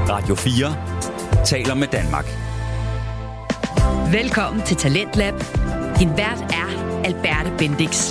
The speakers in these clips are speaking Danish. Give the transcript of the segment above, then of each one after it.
Radio 4 taler med Danmark. Velkommen til Talentlab. Din vært er Alberte Bendix.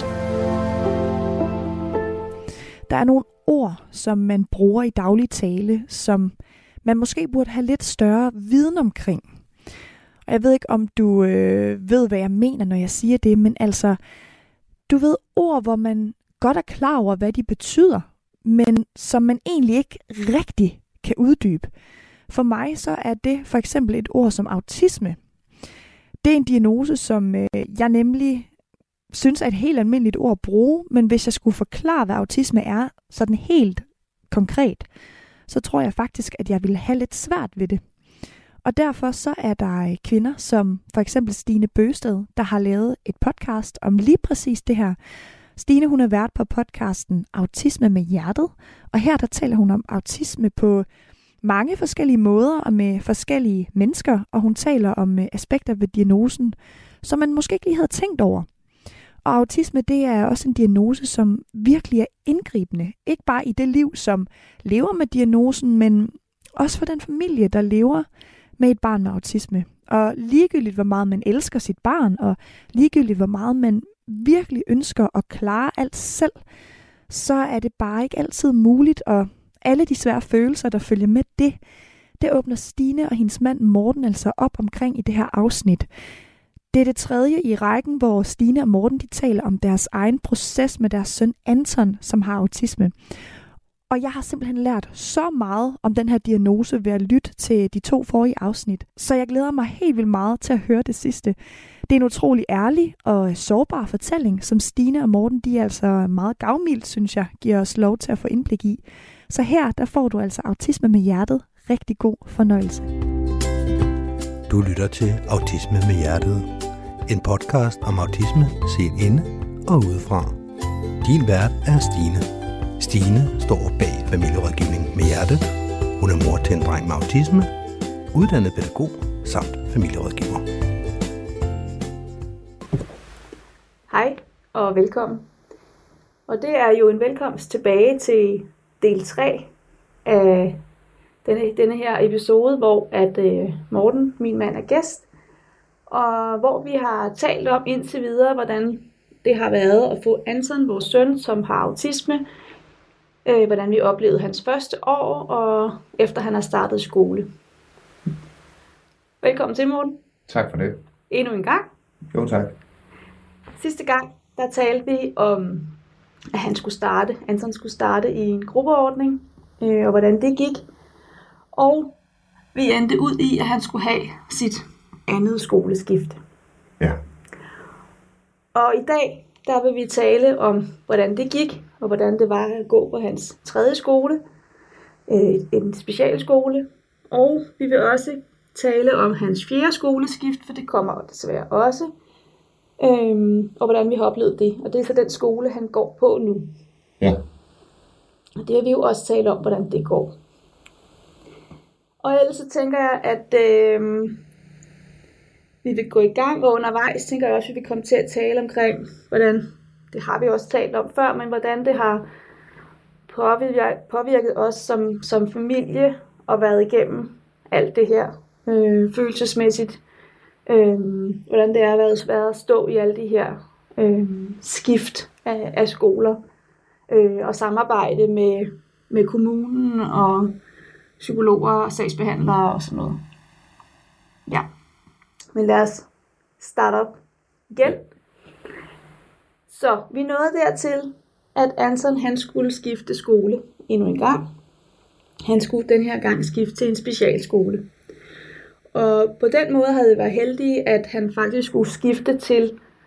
Der er nogle ord, som man bruger i daglig tale, som man måske burde have lidt større viden omkring. Og jeg ved ikke, om du ved, hvad jeg mener, når jeg siger det, men altså, du ved ord, hvor man godt er klar over, hvad de betyder, men som man egentlig ikke rigtig kan uddybe. For mig så er det for eksempel et ord som autisme. Det er en diagnose, som jeg nemlig synes er et helt almindeligt ord at bruge, men hvis jeg skulle forklare, hvad autisme er, sådan helt konkret, så tror jeg faktisk, at jeg ville have lidt svært ved det. Og derfor så er der kvinder, som for eksempel Stine Bøsted, der har lavet et podcast om lige præcis det her. Stine, hun er vært på podcasten Autisme med hjertet, og her der taler hun om autisme på mange forskellige måder og med forskellige mennesker, og hun taler om aspekter ved diagnosen, som man måske ikke lige havde tænkt over. Og autisme, det er også en diagnose, som virkelig er indgribende. Ikke bare i det liv, som lever med diagnosen, men også for den familie, der lever med et barn med autisme. Og ligegyldigt, hvor meget man elsker sit barn, og ligegyldigt, hvor meget man virkelig ønsker at klare alt selv, så er det bare ikke altid muligt, og alle de svære følelser, der følger med det åbner Stine og hendes mand Morten altså op omkring i det her afsnit. Det er det tredje i rækken, hvor Stine og Morten de taler om deres egen proces med deres søn Anton, som har autisme. Og jeg har simpelthen lært så meget om den her diagnose ved at lytte til de 2 forrige afsnit. Så jeg glæder mig helt vildt meget til at høre det sidste. Det er en utrolig ærlig og sårbar fortælling, som Stine og Morten de altså meget gavmildt, synes jeg, giver os lov til at få indblik i. Så her der får du altså Autisme med hjertet. Rigtig god fornøjelse. Du lytter til Autisme med hjertet. En podcast om autisme set inde og udefra. Din vært er Stine. Stine står bag familierådgivning med hjertet. Hun er mor til en dreng med autisme, uddannet pædagog samt familierådgiver. Hej og velkommen. Og det er jo en velkomst tilbage til del 3 af denne her episode, hvor at Morten, min mand, er gæst. Og hvor vi har talt om indtil videre, hvordan det har været at få Anton, vores søn, som har autisme. Hvordan vi oplevede hans første år, og efter han har startet skole. Velkommen til, Morten. Tak for det. Endnu en gang. Jo, tak. Sidste gang, der talte vi om, at Anton skulle starte i en gruppeordning, og hvordan det gik. Og vi endte ud i, at han skulle have sit andet skoleskift. Ja. Og i dag, der vil vi tale om, hvordan det gik, og hvordan det var at gå på hans 3. skole, en specialskole. Og vi vil også tale om hans 4. skoleskift, for det kommer desværre også. Og hvordan vi har oplevet det. Og det er så den skole, han går på nu. Ja. Og det har vi jo også talt om, hvordan det går. Og ellers så tænker jeg, at vi vil gå i gang, og undervejs tænker jeg også, at vi vil komme til at tale omkring, hvordan, det har vi også talt om før, men hvordan det har påvirket os som familie og været igennem alt det her følelsesmæssigt. Hvordan det har været at stå i alle de her skift af skoler og samarbejde med kommunen og psykologer og sagsbehandlere og sådan noget. Ja, men lad os starte op igen. Så vi nåede dertil, at Anton han skulle skifte skole endnu en gang. Han skulle den her gang skifte til en specialskole. Og på den måde havde vi været heldige, at han faktisk skulle skifte til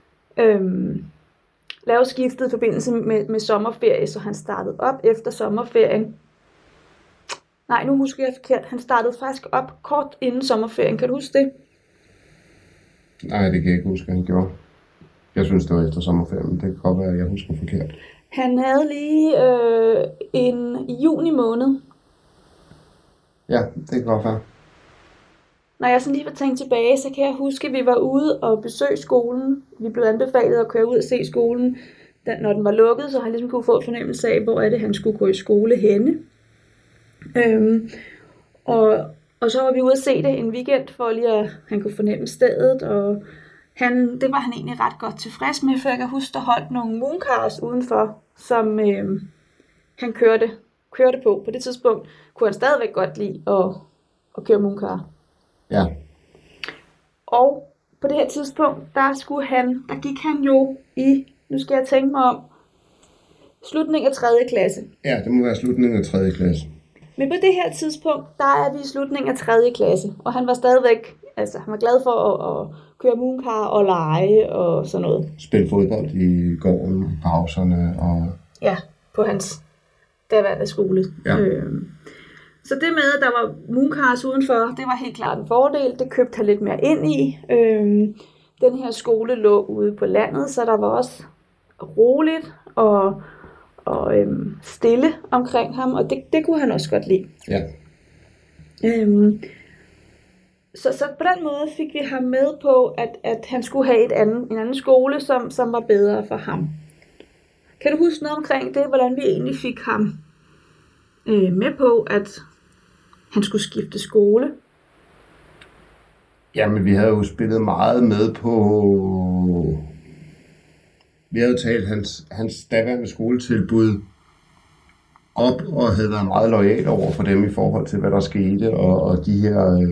lave skiftet i forbindelse med sommerferie, så han startede op efter sommerferien. Nej, nu husker jeg forkert. Han startede faktisk op kort inden sommerferien. Kan du huske det? Nej, det kan jeg ikke huske, han gjorde. Jeg synes, det var efter sommerferien, men det kan godt være, at jeg husker forkert. Han havde lige en juni måned. Ja, det kan godt være. Når jeg sådan lige var tænkt tilbage, så kan jeg huske, at vi var ude og besøge skolen. Vi blev anbefalet at køre ud og se skolen, når den var lukket, så han ligesom kunne få en fornemmelse af, hvor er det, han skulle gå i skole henne. Og så var vi ude at se det en weekend, for lige at han kunne fornemme stedet, og det var han egentlig ret godt tilfreds med, for jeg kan huske, der holdt nogle mooncars udenfor, som han kørte på. På det tidspunkt kunne han stadigvæk godt lide at køre mooncar. Ja. Og på det her tidspunkt, der gik han jo i, nu skal jeg tænke mig om, slutningen af 3. klasse. Ja, det må være slutningen af 3. klasse. Men på det her tidspunkt, der er vi i slutningen af 3. klasse, og han var stadigvæk, altså han var glad for at køre mooncar og lege og sådan noget. Spille fodbold i gården, i pauserne og... Ja, på hans daværende skole. Ja. Så det med, at der var mooncars udenfor, det var helt klart en fordel. Det købte han lidt mere ind i. Den her skole lå ude på landet, så der var også roligt og stille omkring ham, og det kunne han også godt lide. Ja. Så på den måde fik vi ham med på, at han skulle have en anden skole, som var bedre for ham. Kan du huske noget omkring det, hvordan vi egentlig fik ham med på, at han skulle skifte skole? Jamen, vi havde jo spillet meget med på... Vi havde jo talt hans daværende skoletilbud op, og havde været meget loyal over for dem i forhold til, hvad der skete, og de her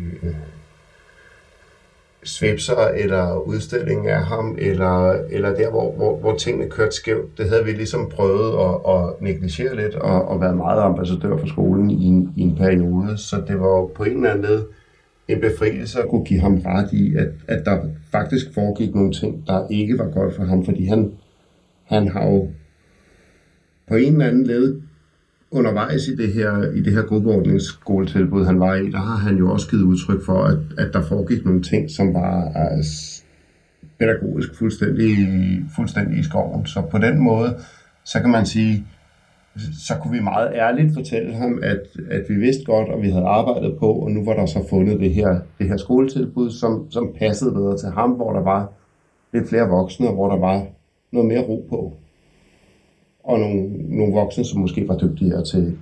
svipser eller udstilling af ham, eller der, hvor tingene kørte skævt. Det havde vi ligesom prøvet at negligere lidt, og været meget ambassadør for skolen i en periode, så det var på en eller anden led en befrielse at kunne give ham ret i, at der faktisk foregik nogle ting, der ikke var godt for ham, fordi han har jo på en eller anden led undervejs i det her gruppeordningsskoletilbud, han var i, der har han jo også givet udtryk for, at der foregik nogle ting, som var pædagogisk fuldstændig i skoven. Så på den måde, så kan man sige, så kunne vi meget ærligt fortælle ham, at vi vidste godt, og vi havde arbejdet på, og nu var der så fundet det her skoletilbud, som passede bedre til ham, hvor der var lidt flere voksne, og hvor der var noget mere ro på. Og nogle voksne, som måske var dygtigere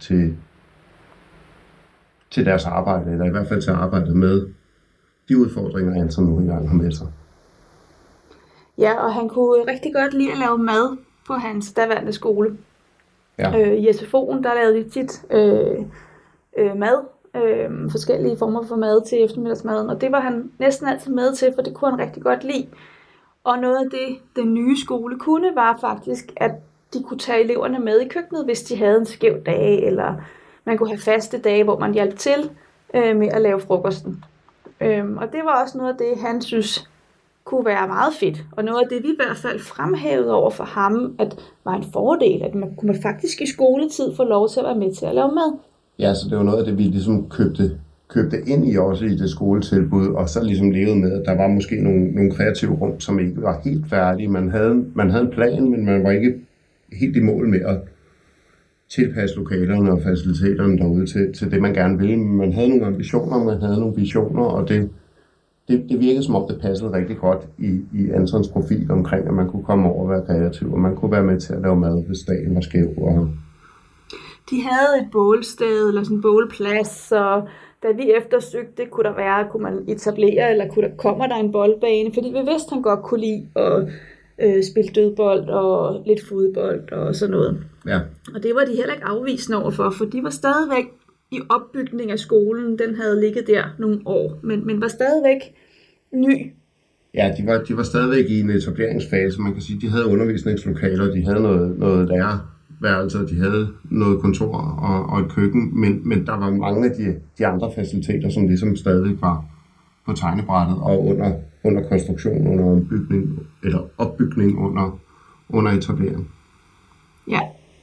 til deres arbejde, eller i hvert fald til at arbejde med de udfordringer, Anton nu engang har med sig. Ja, og han kunne rigtig godt lide at lave mad på hans daværende skole. Ja. I SFO'en, der lavede de tit mad, forskellige former for mad til eftermiddagsmaden, og det var han næsten altid med til, for det kunne han rigtig godt lide. Og noget af det, den nye skole kunne, var faktisk, at de kunne tage eleverne med i køkkenet, hvis de havde en skæv dag, eller man kunne have faste dage, hvor man hjalp til med at lave frokosten. Og det var også noget af det, han synes kunne være meget fedt. Og noget af det, vi i hvert fald fremhævede over for ham, at var en fordel, at man kunne faktisk i skoletid få lov til at være med til at lave mad. Ja, så det var noget af det, vi ligesom købte ind i også i det skoletilbud, og så ligesom levede med, at der var måske nogle kreative rum, som ikke var helt færdige. Man havde en plan, men man var ikke helt i mål med at tilpasse lokalerne og faciliteterne derude til det, man gerne ville. Man havde nogle ambitioner, man havde nogle visioner, og det virkede som om, det passede rigtig godt i Antons profil omkring, at man kunne komme over og være kreativ, og man kunne være med til at lave mad, hvis dagen var skæv. Og... De havde et bålsted, eller sådan en bålplads, og da vi eftersøgte, kunne man etablere, eller kommer der en boldbane, fordi vi vidste, at han godt kunne lide at spille dødbold og lidt fodbold og sådan noget. Ja. Og det var de heller ikke afvisende overfor, for de var stadigvæk i opbygning af skolen. Den havde ligget der nogle år, men var stadigvæk ny. Ja, de var stadigvæk i en etableringsfase. Man kan sige, de havde undervisningslokaler, de havde noget lærerværelser, de havde noget kontor og et køkken, men der var mange af de andre faciliteter, som ligesom stadig var på tegnebrættet og under konstruktion, under ombygning, eller opbygning under etablering. Ja.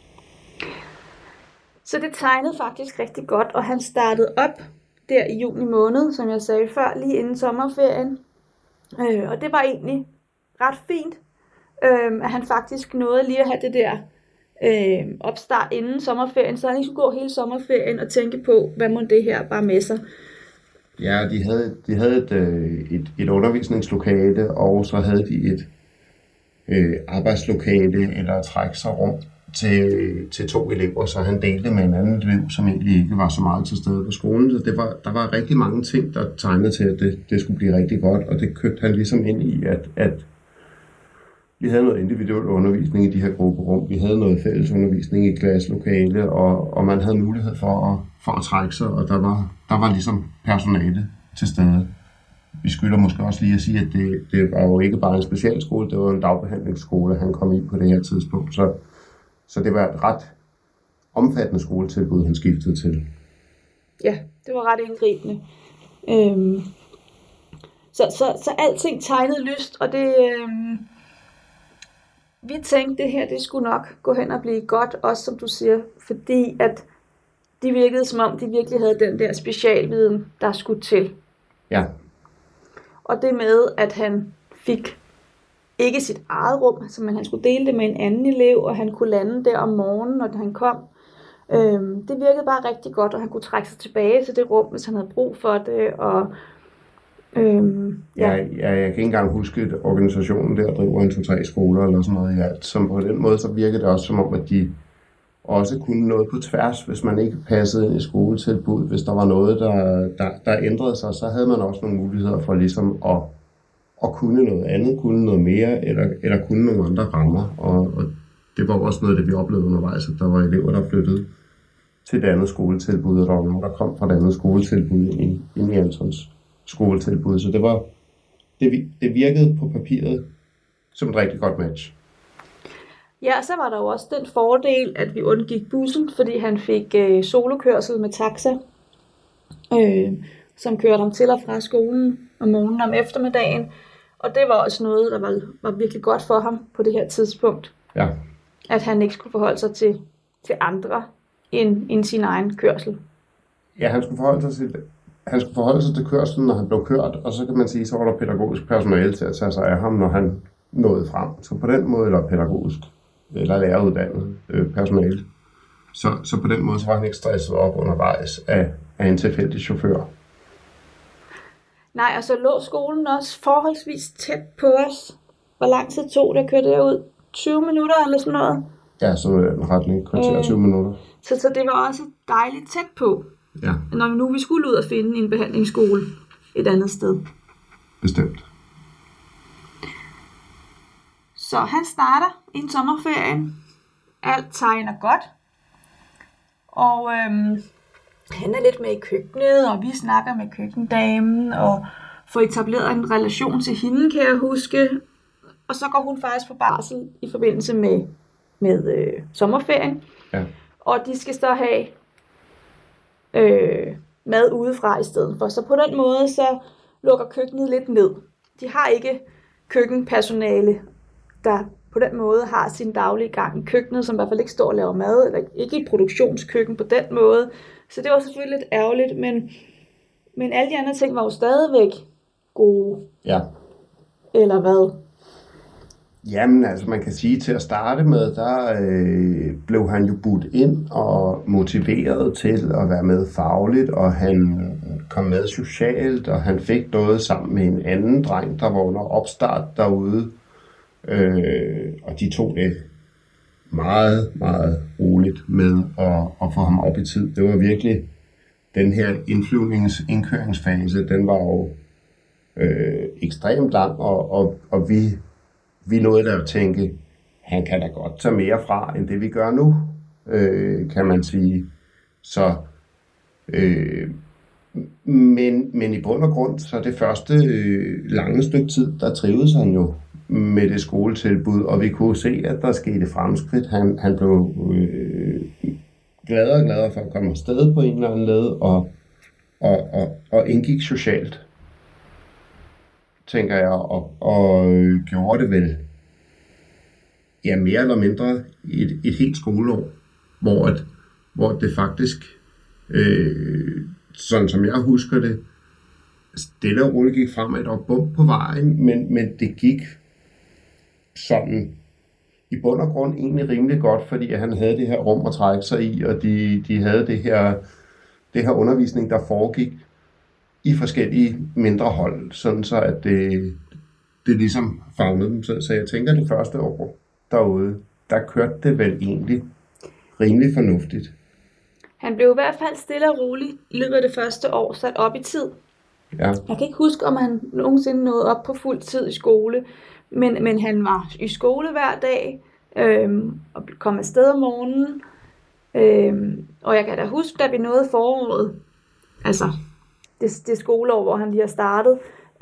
Så det tegnede faktisk rigtig godt, og han startede op der i juni måned, som jeg sagde før, lige inden sommerferien. Og det var egentlig ret fint, at han faktisk nåede lige at have det der opstart inden sommerferien, så han ikke skulle gå hele sommerferien og tænke på, hvad må det her bare med sig. Ja, de havde et undervisningslokale, og så havde de et arbejdslokale eller et trækserrum, til 2 elever, så han delte med en anden elev, som egentlig ikke var så meget til stede på skolen. Så der var rigtig mange ting, der tegnede til, at det skulle blive rigtig godt, og det købte han ligesom ind i, at vi havde noget individuel undervisning i de her grupperum, vi havde noget fælles undervisning i klasselokale, og man havde mulighed for at trække sig, og der var ligesom personale til stede. Vi skylder måske også lige at sige, at det var jo ikke bare en specialskole, det var en dagbehandlingsskole, han kom i på det her tidspunkt. Så det var et ret omfattende skoletilbud, han skiftede til. Ja, det var ret indgribende. Så alting tegnede lyst, og det... Vi tænkte, det her det skulle nok gå hen og blive godt, også som du siger, fordi at de virkede som om, de virkelig havde den der specialviden, der skulle til. Ja. Og det med, at han fik ikke sit eget rum, men han skulle dele det med en anden elev, og han kunne lande der om morgenen, når han kom. Det virkede bare rigtig godt, og han kunne trække sig tilbage til det rum, hvis han havde brug for det. Og, ja. Jeg kan ikke engang huske, at organisationen der driver 1-2-3 skoler eller sådan noget i alt. Som på den måde, så virkede det også som om, at de også kunne noget på tværs, hvis man ikke passede ind i skoletilbud. Hvis der var noget, der ændrede sig, så havde man også nogle muligheder for ligesom at kunne noget andet, kunne noget mere, eller kunne nogle andre rammer. Og det var også noget, det vi oplevede undervejs, at der var elever, der flyttede til det andet skoletilbud, og der var nogen, der kom fra det andet skoletilbud ind i Antons skoletilbud. Så det virkede på papiret som et rigtig godt match. Ja, så var der jo også den fordel, at vi undgik bussen, fordi han fik solokørsel med taxa, som kørte ham til og fra skolen om morgenen og om eftermiddagen. Og det var også noget, der var virkelig godt for ham på det her tidspunkt. Ja. At han ikke skulle forholde sig til andre end sin egen kørsel. Ja, han skulle forholde sig til kørslen, når han blev kørt, og så kan man sige, så var der pædagogisk personale til at tage sig af ham, når han nåede frem. Så på den måde, eller pædagogisk, eller læreruddannet personale. Så på den måde, så var han ikke stresset op undervejs af en tilfældig chauffør. Nej, og så lå skolen også forholdsvis tæt på os. Hvor lang tid tog det at køre derud? 20 minutter eller sådan noget? Ja, så en retning, kvarter 20 minutter. Så det var også dejligt tæt på, ja. Når nu vi skulle ud og finde en behandlingsskole et andet sted. Bestemt. Så han starter i en sommerferie. Alt tegner godt. Og han er lidt med i køkkenet, og vi snakker med køkkendamen, og får etableret en relation til hende, kan jeg huske. Og så går hun faktisk på barsel i forbindelse med sommerferien. Ja. Og de skal så have mad udefra i stedet for. Så på den måde, så lukker køkkenet lidt ned. De har ikke køkkenpersonale, der på den måde har sin daglige gang i køkkenet, som i hvert fald ikke står og laver mad, eller ikke i produktionskøkken på den måde. Så det var selvfølgelig lidt ærgerligt, men alle de andre ting var jo stadigvæk gode. Ja. Eller hvad? Jamen, altså man kan sige, til at starte med, der blev han jo budt ind og motiveret til at være med fagligt, og han kom med socialt, og han fik noget sammen med en anden dreng, der var under opstart derude. Og de tog det meget, meget roligt med at få ham op i tid. Det var virkelig den her indkøringsfase, den var jo ekstremt lang, og vi nåede der at tænke, han kan da godt tage mere fra, end det vi gør nu, kan man sige. Så, men i bund og grund, så det første lange stykke tid, der trivedes han jo med det skoletilbud, og vi kunne se, at der skete fremskridt. Han blev gladere og gladere for at komme afsted på en eller anden led, og indgik socialt, tænker jeg, og gjorde det vel mere eller mindre et helt skoleår, hvor det faktisk, sådan som jeg husker det, stille og roligt gik fremad og bump på vejen, men det gik sådan i bund og grund egentlig rimelig godt, fordi han havde det her rum at trække sig i, og de havde det her undervisning, der foregik i forskellige mindre hold, sådan så at det ligesom favnede dem. Så jeg tænker, det første år derude, der kørte det vel egentlig rimelig fornuftigt. Han blev i hvert fald stille og roligt i løbet af det første år sat op i tid. Ja. Jeg kan ikke huske, om han nogensinde nåede op på fuld tid i skole, men han var i skole hver dag, og kom afsted om morgenen. Og jeg kan da huske, da vi nåede foråret, altså det skoleår, hvor han lige har startet,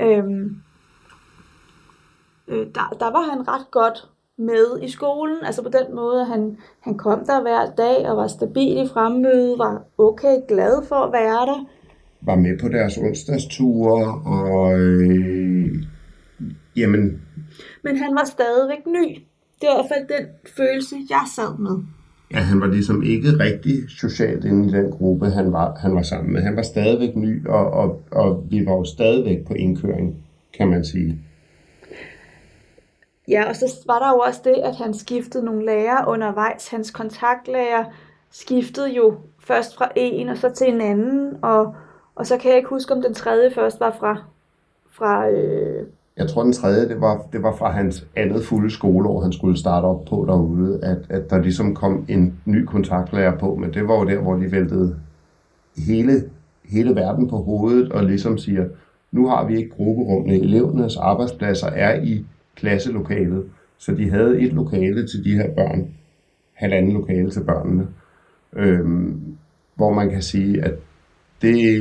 der var han ret godt med i skolen, altså på den måde, at han kom der hver dag og var stabil i fremmøde, var okay glad for at være der. Var med på deres onsdagsture, og jamen... Men han var stadigvæk ny. Det var i hvert fald den følelse, jeg sad med. Ja, han var ligesom ikke rigtig socialt inde i den gruppe, han var sammen med. Han var stadigvæk ny, og vi var jo stadigvæk på indkøring, kan man sige. Ja, og så var der jo også det, at han skiftede nogle lærere undervejs. Hans kontaktlærer skiftede jo først fra en og så til en anden, og så kan jeg ikke huske, om den tredje først var fra Jeg tror, den tredje, det var fra hans andet fulde skoleår, han skulle starte op på derude, at der ligesom kom en ny kontaktlærer på, men det var jo der, hvor de væltede hele verden på hovedet og ligesom siger, nu har vi ikke grupperummene, elevernes arbejdspladser er i klasselokalet, så de havde et lokale til de her børn, halvanden lokale til børnene, hvor man kan sige, at det...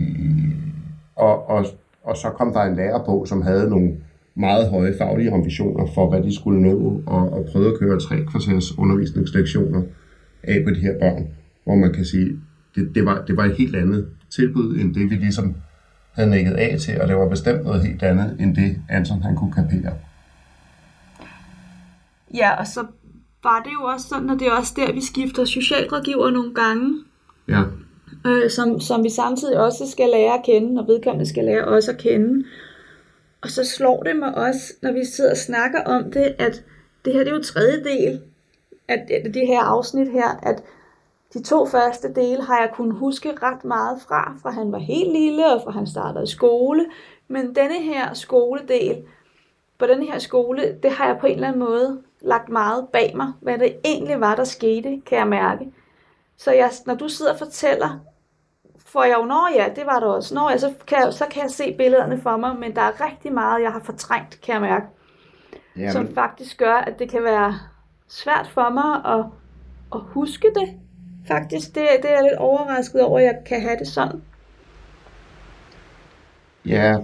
Og så kom der en lærer på, som havde nogle meget høje faglige ambitioner for, hvad de skulle nå, og prøvede at køre 3 kvarters undervisningslektioner af på de her børn, hvor man kan sige, det var et helt andet tilbud, end det vi ligesom havde nikket af til, og det var bestemt noget helt andet, end det Anton han kunne kapere. Ja, og så var det jo også sådan, at det er også der, vi skifter socialrådgiver nogle gange. Ja. Som vi samtidig også skal lære at kende, og vedkommende skal lære også at kende. Og så slår det mig også, når vi sidder og snakker om det, at det her det er jo tredje del af det her afsnit her, at de 2 første dele har jeg kunnet huske ret meget fra han var helt lille, og fra han startede i skole. Men denne her skoledel, på denne her skole, det har jeg på en eller anden måde lagt meget bag mig, hvad det egentlig var, der skete, kan jeg mærke. Så når du sidder og fortæller, får jeg jo, det var der også. Så kan jeg se billederne for mig, men der er rigtig meget, jeg har fortrængt, kan jeg mærke. Jamen. Som faktisk gør, at det kan være svært for mig at huske det. Faktisk, det er jeg lidt overrasket over, at jeg kan have det sådan. Ja,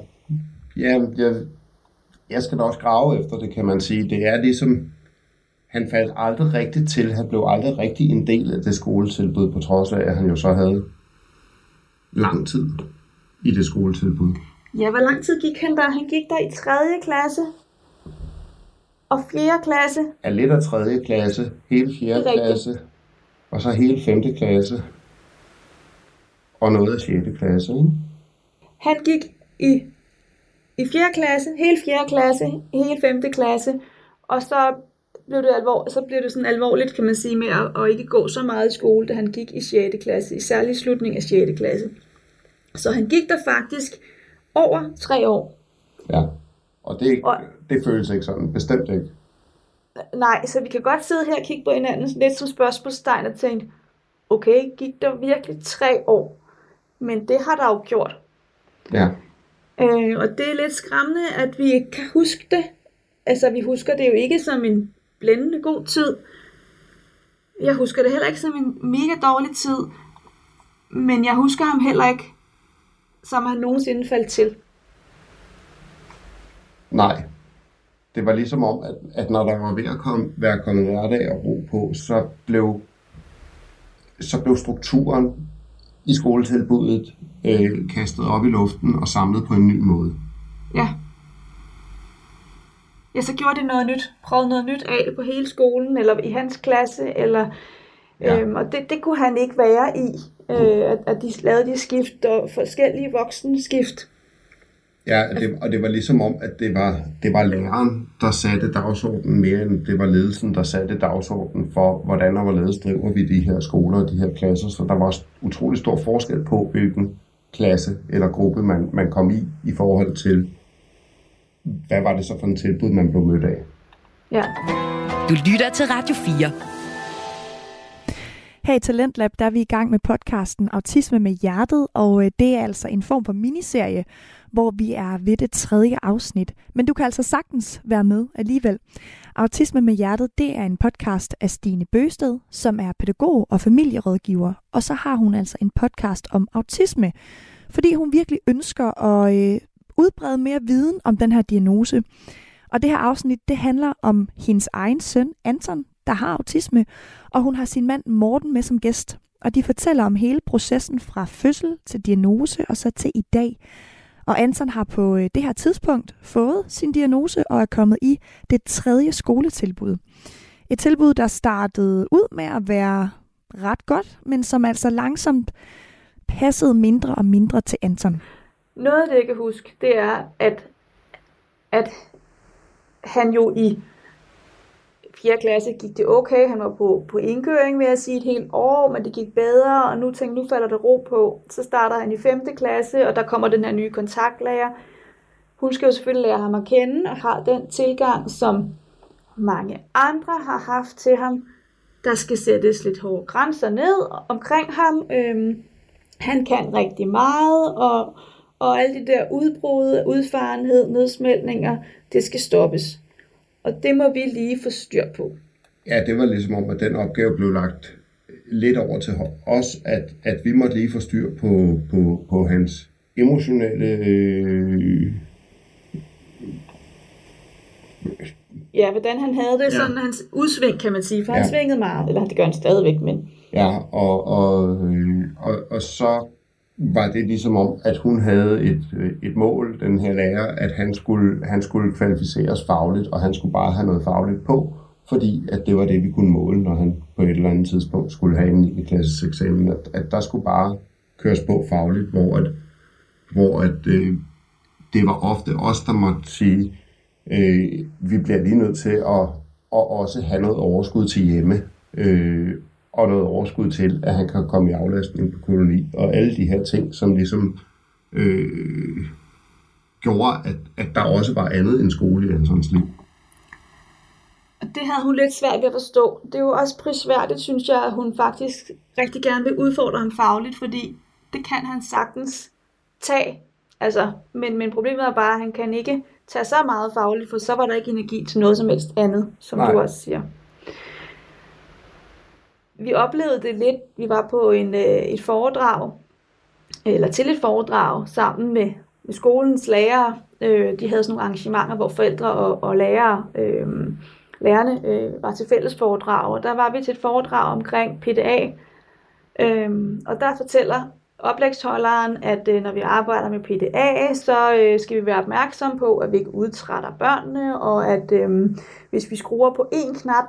jeg skal da også grave efter det, kan man sige. Det er ligesom... Han faldt aldrig rigtigt til. Han blev aldrig rigtig en del af det skoletilbud, på trods af, at han jo så havde lang tid i det skoletilbud. Ja, hvor lang tid gik han der? Han gik der i 3. klasse og 4. klasse. Ja, lidt af 3. klasse, hele 4. klasse, og så hele 5. klasse, og noget af 6. klasse. Ikke? Han gik i 4. klasse, hele 4. klasse, hele 5. klasse, og så blev det sådan alvorligt, kan man sige, med at ikke gå så meget i skole, da han gik i 6. klasse, i særlig slutning af 6. klasse. Så han gik der faktisk over 3 år. Ja, og det føles ikke sådan, bestemt ikke. Nej, så vi kan godt sidde her og kigge på hinanden lidt som spørgsmålstegn og tænke, okay, gik der virkelig 3 år? Men det har der jo gjort. Ja. Og det er lidt skræmmende, at vi ikke kan huske det. Altså, vi husker det jo ikke som en blændende god tid. Jeg husker det heller ikke som en mega dårlig tid. Men jeg husker ham heller ikke, som han nogensinde faldt til. Nej. Det var ligesom om, at når der var ved at være kommet hverdag og ro på, så blev strukturen i skoletilbuddet kastet op i luften og samlet på en ny måde. Ja. Ja, så gjorde de noget nyt. Prøvede noget nyt af på hele skolen, eller i hans klasse, eller... Ja. Og det kunne han ikke være i, at de lavede de skift, og forskellige voksenskift. Ja, og det var ligesom om, at det var læreren, der satte dagsordenen mere, end det var ledelsen, der satte dagsordenen for, hvordan og hvorledes driver vi de her skoler og de her klasser. Så der var utrolig stor forskel på, hvilken klasse eller gruppe man kom i forhold til, hvad var det så for en tilbud, man blev mødt af. Ja. Du lytter til Radio 4. Her i Talentlab, der er vi i gang med podcasten Autisme med hjertet, og det er altså en form for miniserie, hvor vi er ved det 3. afsnit. Men du kan altså sagtens være med alligevel. Autisme med hjertet, det er en podcast af Stine Bøsted, som er pædagog og familierådgiver. Og så har hun altså en podcast om autisme, fordi hun virkelig ønsker at udbrede mere viden om den her diagnose. Og det her afsnit, det handler om hendes egen søn, Anton, der har autisme, og hun har sin mand Morten med som gæst. Og de fortæller om hele processen fra fødsel til diagnose og så til i dag. Og Anton har på det her tidspunkt fået sin diagnose og er kommet i det 3. skoletilbud. Et tilbud, der startede ud med at være ret godt, men som altså langsomt passede mindre og mindre til Anton. Noget af det, jeg kan huske, det er, at han jo i 4. klasse gik det okay. Han var på indkøring, vil jeg sige, et helt år, men det gik bedre, og nu tænkte nu falder det ro på. Så starter han i 5. klasse, og der kommer den her nye kontaktlærer. Hun skal jo selvfølgelig lære ham at kende, og har den tilgang, som mange andre har haft til ham. Der skal sættes lidt hårde grænser ned omkring ham. Han kan rigtig meget, og alle de der udbrud, udfarenhed, nedsmeltninger, det skal stoppes. Og det må vi lige få styr på. Ja, det var ligesom om, at den opgave blev lagt lidt over til os, at vi måtte lige få styr på hans emotionelle... Ja, hvordan han havde det, sådan hans udsving, kan man sige, for han svingede meget, eller det gør han stadigvæk, men... Ja, og så var det ligesom om, at hun havde et mål, den her lærer, at han skulle kvalificeres fagligt, og han skulle bare have noget fagligt på, fordi at det var det, vi kunne måle, når han på et eller andet tidspunkt skulle have en 9. klasses eksamen, at der skulle bare køres på fagligt, hvor det var ofte os, der måtte sige, vi bliver lige nødt til at også have noget overskud til hjemme, og noget overskud til, at han kan komme i aflastning på koloni, og alle de her ting, som ligesom gjorde, at der også var andet end skole i Antons liv. Det havde hun lidt svært ved at forstå. Det er jo også prisværdigt, synes jeg, at hun faktisk rigtig gerne vil udfordre ham fagligt, fordi det kan han sagtens tage. Altså, men problemet er bare, at han kan ikke tage så meget fagligt, for så var der ikke energi til noget som helst andet, som du også siger. Vi oplevede det lidt. Vi var på et foredrag, eller til et foredrag, sammen med skolens lærere. De havde sådan nogle arrangementer, hvor forældre og lærerne var til fælles foredrag. Og der var vi til et foredrag omkring PDA. Og der fortæller oplægsholderen, at når vi arbejder med PDA, så skal vi være opmærksomme på, at vi ikke udtrætter børnene, og at hvis vi skruer på en knap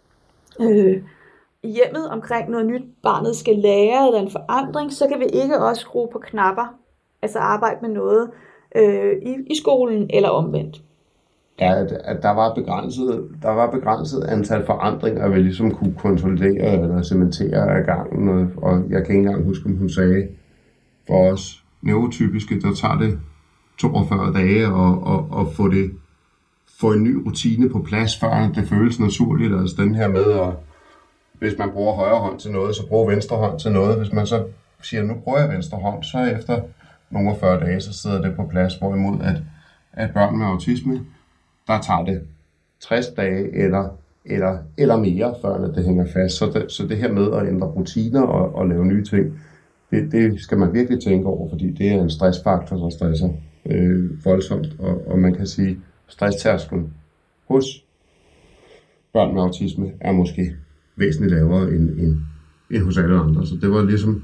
i hjemmet omkring noget nyt, barnet skal lære, eller en forandring, så kan vi ikke også skrue på knapper, altså arbejde med noget i skolen eller omvendt. Ja, at der var begrænset antal forandringer, vi ligesom kunne konsolidere eller cementere af gangen, og jeg kan ikke engang huske, om hun sagde, for os neurotypiske, der tager det 42 dage at få en ny rutine på plads, før det føles naturligt, altså den her med at hvis man bruger højre hånd til noget, så bruger venstre hånd til noget. Hvis man så siger, nu bruger jeg venstre hånd, så efter nogle 40 dage, så sidder det på plads. Hvorimod at børn med autisme, der tager det 60 dage eller mere, før det hænger fast. Så det her med at ændre rutiner og lave nye ting, det skal man virkelig tænke over, fordi det er en stressfaktor, der stresser voldsomt. Og man kan sige, stresstærsklen hos børn med autisme er måske væsentligt lavere end hos alle andre. Så det var ligesom,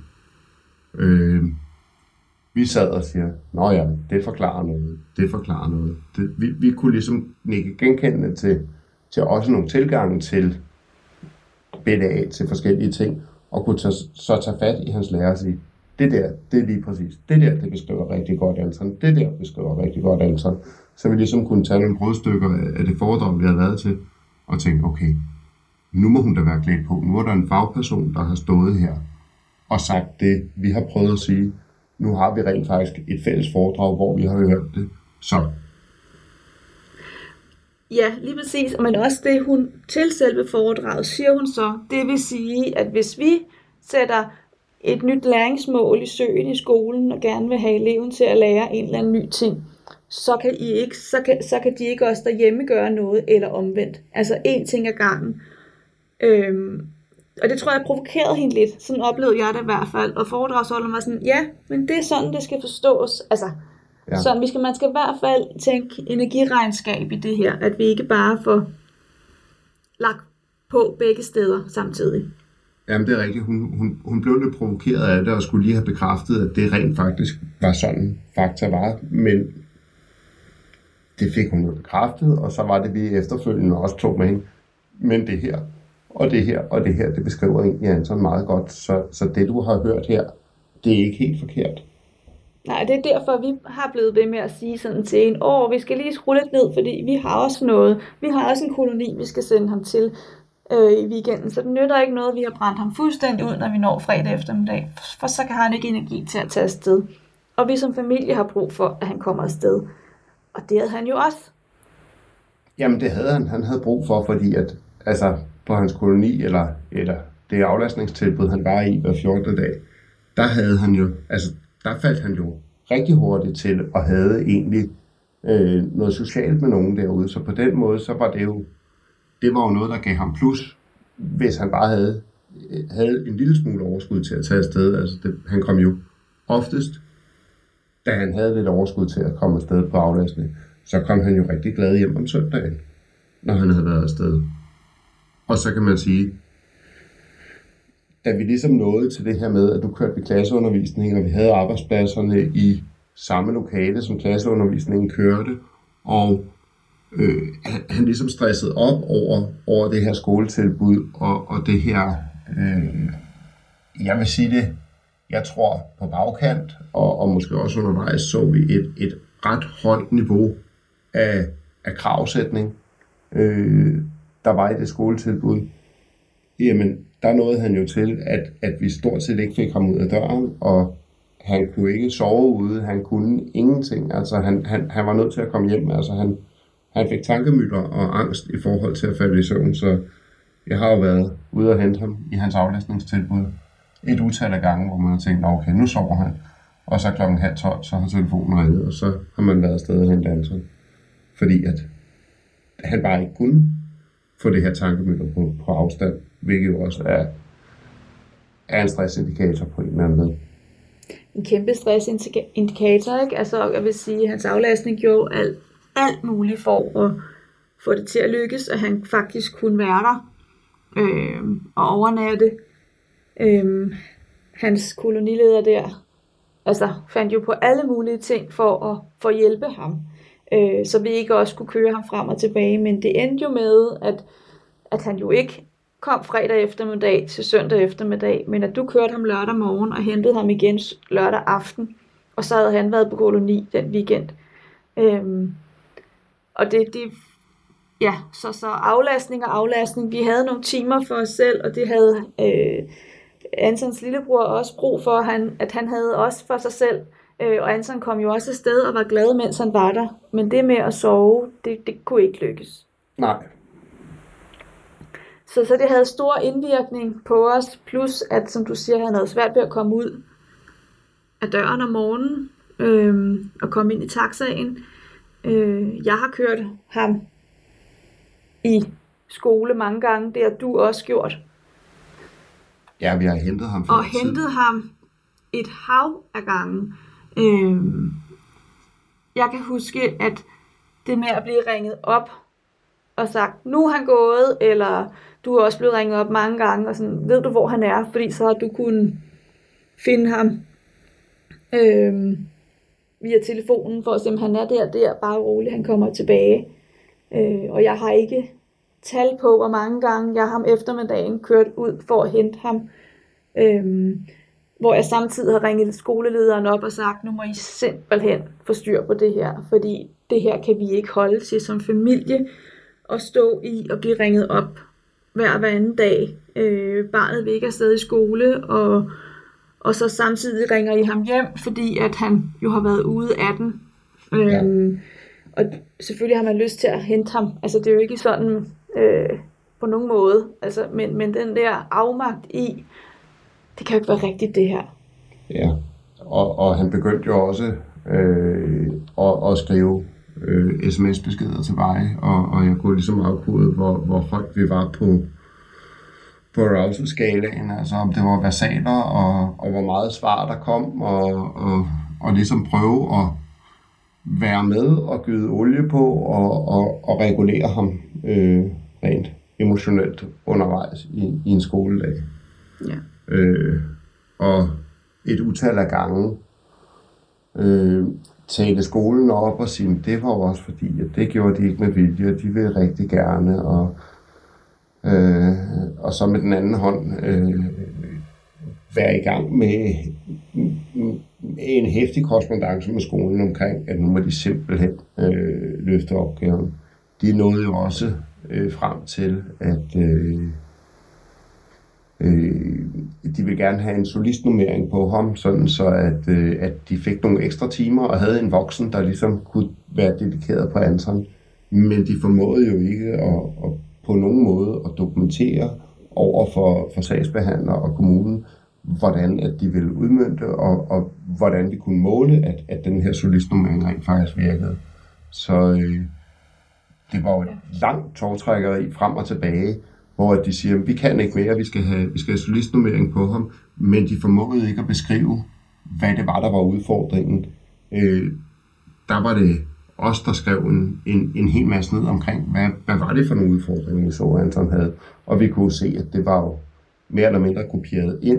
vi sad og siger, nå ja, det forklarer noget. Vi kunne ligesom nikke genkendende til også nogle tilgange til BDA, til forskellige ting, og kunne tage fat i hans lærer og sige, det der, det er lige præcis, det beskriver rigtig godt Anton, det der beskriver rigtig godt Anton. Så vi ligesom kunne tage nogle brudstykker af det foredrag, vi havde været til, og tænke, okay, nu må hun da være klædt på. Nu er der en fagperson, der har stået her og sagt det, vi har prøvet at sige. Nu har vi rent faktisk et fælles foredrag, hvor vi har hørt det. Så. Ja, lige præcis. Men også det, hun til selve foredraget, siger hun så, det vil sige, at hvis vi sætter et nyt læringsmål i søen i skolen, og gerne vil have eleven til at lære en eller anden ny ting, så kan de ikke også derhjemme gøre noget, eller omvendt. Altså én ting ad gangen. Og det tror jeg provokerede hende lidt. Sådan oplevede jeg det i hvert fald. Og foredragsholderen var sådan, ja, men det er sådan, det skal forstås. Altså, ja. Så man skal i hvert fald tænke energiregnskab i det her. At vi ikke bare får lagt på begge steder samtidig. Jamen, det er rigtigt. Hun blev lidt provokeret af det, og skulle lige have bekræftet, at det rent faktisk var sådan, fakta var. Men det fik hun jo bekræftet, og så var det, vi efterfølgende også tog med hende. Men det her, og det her, og det her, det beskriver egentlig Anton meget godt. Så det, du har hørt her, det er ikke helt forkert. Nej, det er derfor, vi har blevet ved med at sige sådan til en, vi skal lige skrue lidt ned, fordi vi har også noget. Vi har også en koloni, vi skal sende ham til i weekenden, så det nytter ikke noget, vi har brændt ham fuldstændig ud, når vi når fredag eftermiddag, for så kan han ikke energi til at tage afsted. Og vi som familie har brug for, at han kommer afsted. Og det havde han jo også. Jamen, det havde han. Han havde brug for, fordi at på hans koloni, eller det aflastningstilbud, han var i hver 14. dag, der faldt han jo rigtig hurtigt til, og havde egentlig noget socialt med nogen derude. Så på den måde, så var det var jo noget, der gav ham plus, hvis han bare havde en lille smule overskud til at tage afsted. Han kom jo oftest, da han havde lidt overskud til at komme afsted på aflastning, så kom han jo rigtig glad hjem om søndagen, når han havde været afsted. Og så kan man sige, da vi ligesom nåede til det her med, at du kørte ved klasseundervisning, og vi havde arbejdspladserne i samme lokale, som klasseundervisningen kørte, og han ligesom stressede op over det her skoletilbud, og det her, jeg vil sige det, jeg tror på bagkant, og måske også undervejs, så vi et ret højt niveau af kravsætning, der var i det skoletilbud. Jamen, der nåede han jo til, at vi stort set ikke fik ham ud af døren, og han kunne ikke sove ude, han kunne ingenting. Altså, han var nødt til at komme hjem. Altså, han fik tankemylder og angst i forhold til at falde i søvn, så jeg har jo været ude og hente ham i hans aflastningstilbud et utal af gange, hvor man har tænkt, okay, nu sover han. Og så 11:30, så har telefonen ringet, og så har man været afsted og hentet Anton. Fordi at han bare ikke kunne få det her tankemylder på afstand, hvilket jo også er en stressindikator på en eller anden måde. En kæmpe stressindikator, ikke? Altså, jeg vil sige, at hans aflastning gjorde alt muligt for at få det til at lykkes, at han faktisk kunne være der og overnatte. Hans kolonileder der fandt jo på alle mulige ting for at hjælpe ham, så vi ikke også kunne køre ham frem og tilbage, men det endte jo med, at han jo ikke kom fredag eftermiddag til søndag eftermiddag, men at du kørte ham lørdag morgen og hentede ham igen lørdag aften, og så havde han været på koloni den weekend. Og så aflastning. Vi havde nogle timer for os selv, og det havde Antons lillebror også brug for, at han havde også for sig selv. Og Anton kom jo også afsted og var glad, mens han var der. Men det med at sove, det kunne ikke lykkes. Nej. Så det havde stor indvirkning på os, plus at, som du siger, han havde svært ved at komme ud af døren om morgenen og komme ind i taxaen. Jeg har kørt ham i skole mange gange, det har du også gjort. Ja, vi har hentet ham. Og hentet ham et hav af gange. Jeg kan huske, at det med at blive ringet op og sagt, nu er han gået, eller du er også blevet ringet op mange gange, og sådan, ved du hvor han er, fordi så har du kunnet finde ham via telefonen, for at se om han er der, bare roligt, han kommer tilbage. Og jeg har ikke tal på, hvor mange gange jeg ham eftermiddagen kørt ud for at hente ham, hvor jeg samtidig har ringet skolelederen op og sagt, nu må I simpelthen få styr på det her, fordi det her kan vi ikke holde til som familie, at stå i og blive ringet op hver anden dag. Barnet vil ikke afsted i skole, og så samtidig ringer I ham hjem, fordi at han jo har været ude af den. Og selvfølgelig har man lyst til at hente ham. Altså det er jo ikke sådan på nogen måde. Altså, men den der afmagt i, det kan jo ikke være rigtigt det her. Ja, og han begyndte jo også at skrive sms-beskeder til mig, og jeg kunne ligesom afkode, hvor højt vi var på arousal-skalaen, altså om det var versaler, og hvor meget svar der kom, og ligesom prøve at være med og gyde olie på og regulere ham rent emotionelt undervejs i en skoledag. Ja. Og et utal af gange tale skolen op og sige, det var også fordi, at det gjorde de ikke med vilje, og de ville rigtig gerne, og så med den anden hånd være i gang med en heftig korrespondance med skolen omkring, at nu må de simpelthen løfte opgaven. De nåede jo også frem til, at de ville gerne have en solistnummering på ham, sådan så at de fik nogle ekstra timer og havde en voksen, der ligesom kunne være dedikeret på Anton. Men de formåede jo ikke at på nogen måde at dokumentere over for sagsbehandler og kommunen, hvordan at de ville udmønte, og hvordan vi kunne måle, at den her solistnummering rent faktisk virkede. Så det var jo et langt togtrækkeri frem og tilbage, hvor de siger, at vi kan ikke mere, vi skal have solistnummering på ham, men de formåede ikke at beskrive, hvad det var, der var udfordringen. Der var det os, der skrev en hel masse ned omkring, hvad var det for nogle udfordringer, vi så Anton havde. Og vi kunne se, at det var jo mere eller mindre kopieret ind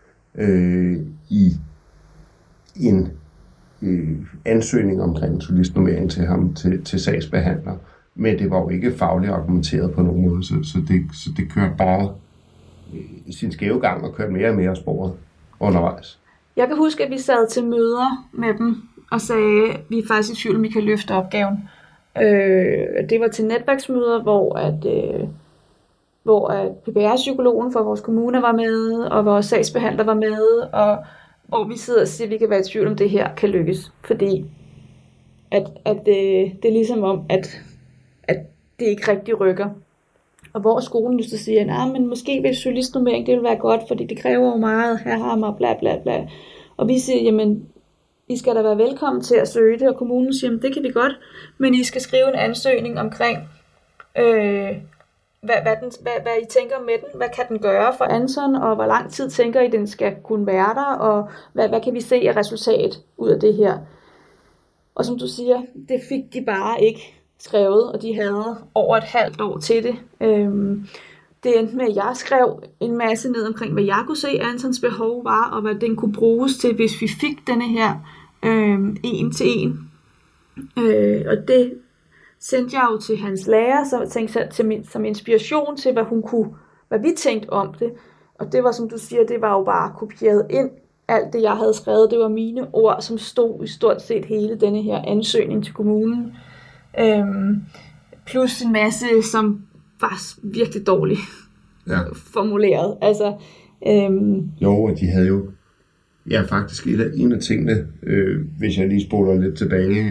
i en ansøgning omkring solistnummering til ham, til sagsbehandler. Men det var jo ikke fagligt argumenteret på nogen måde, så det kørte bare sin skæve gang og kørte mere og mere sporet undervejs. Jeg kan huske, at vi sad til møder med dem og sagde, at vi er faktisk i tvivl, om vi kan løfte opgaven. Det var til netværksmøder, hvor PPR-psykologen for vores kommune var med, og vores sagsbehandler var med, og hvor vi sidder og siger, at vi kan være i tvivl, om det her kan lykkes. Fordi at det er ligesom om, at det ikke rigtig rykker. Og hvor skolen just siger, men måske vil solistnummering, det vil være godt, fordi det kræver jo meget, her har man bla bla bla. Og vi siger, jamen, I skal da være velkommen til at søge det, og kommunen siger, jamen, det kan vi godt, men I skal skrive en ansøgning omkring, hvad I tænker med den, hvad kan den gøre for Anton, og hvor lang tid tænker I, den skal kunne være der, og hvad kan vi se af resultat ud af det her. Og som du siger, det fik de bare ikke skrevet, og de havde over et halvt år til det. Det endte med, at jeg skrev en masse ned omkring, hvad jeg kunne se, Antons behov var, og hvad den kunne bruges til, hvis vi fik denne her en til en. Og det sendte jeg jo til hans lærer, så tænkte som inspiration til, hvad vi tænkte om det. Og det var, som du siger, det var jo bare kopieret ind. Alt det, jeg havde skrevet, det var mine ord, som stod i stort set hele denne her ansøgning til kommunen. Plus en masse, som var virkelig dårligt formuleret. Altså, Jo, og de havde jo faktisk en af tingene, hvis jeg lige spoler lidt tilbage,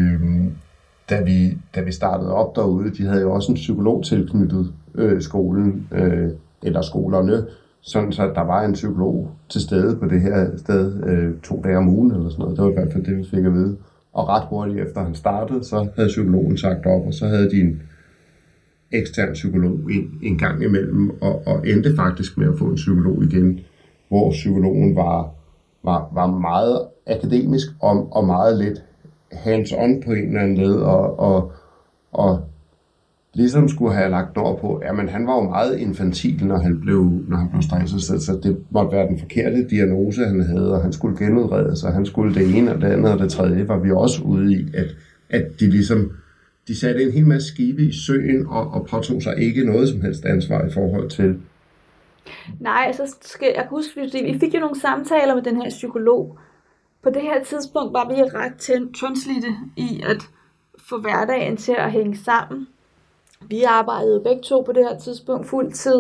da vi startede op derude, de havde jo også en psykolog tilknyttet skolen, eller skolerne, sådan så der var en psykolog til stede på det her sted 2 dage om ugen eller sådan noget. Det var i hvert fald det, vi fik at vide. Og ret hurtigt efter han startede, så havde psykologen sagt op, og så havde de en ekstern psykolog en gang imellem, og endte faktisk med at få en psykolog igen, hvor psykologen var meget akademisk og meget lidt hands-on på en eller anden led, og ligesom skulle have lagt ord på, men han var jo meget infantil, når han blev stresset, så det måtte være den forkerte diagnose, han havde, og han skulle genudredes, og han skulle det ene og det andet og det tredje, var vi også ude i, at de ligesom, de satte en hel masse skibe i søen, og påtog sig ikke noget som helst ansvar i forhold til. Nej, jeg kan huske, at vi fik jo nogle samtaler med den her psykolog. På det her tidspunkt var vi ret tyndslidte i at få hverdagen til at hænge sammen. Vi arbejdede begge to på det her tidspunkt fuld tid,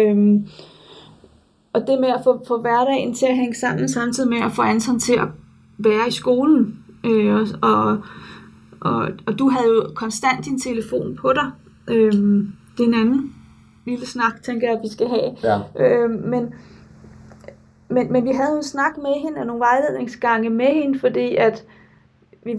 og det med at få hverdagen til at hænge sammen, samtidig med at få Anton til at være i skolen, Og du havde jo konstant din telefon på dig. Det er en anden lille snak, tænker jeg, at vi skal have. Ja. Men vi havde en snak med hende, og nogle vejledningsgange med hende, fordi at vi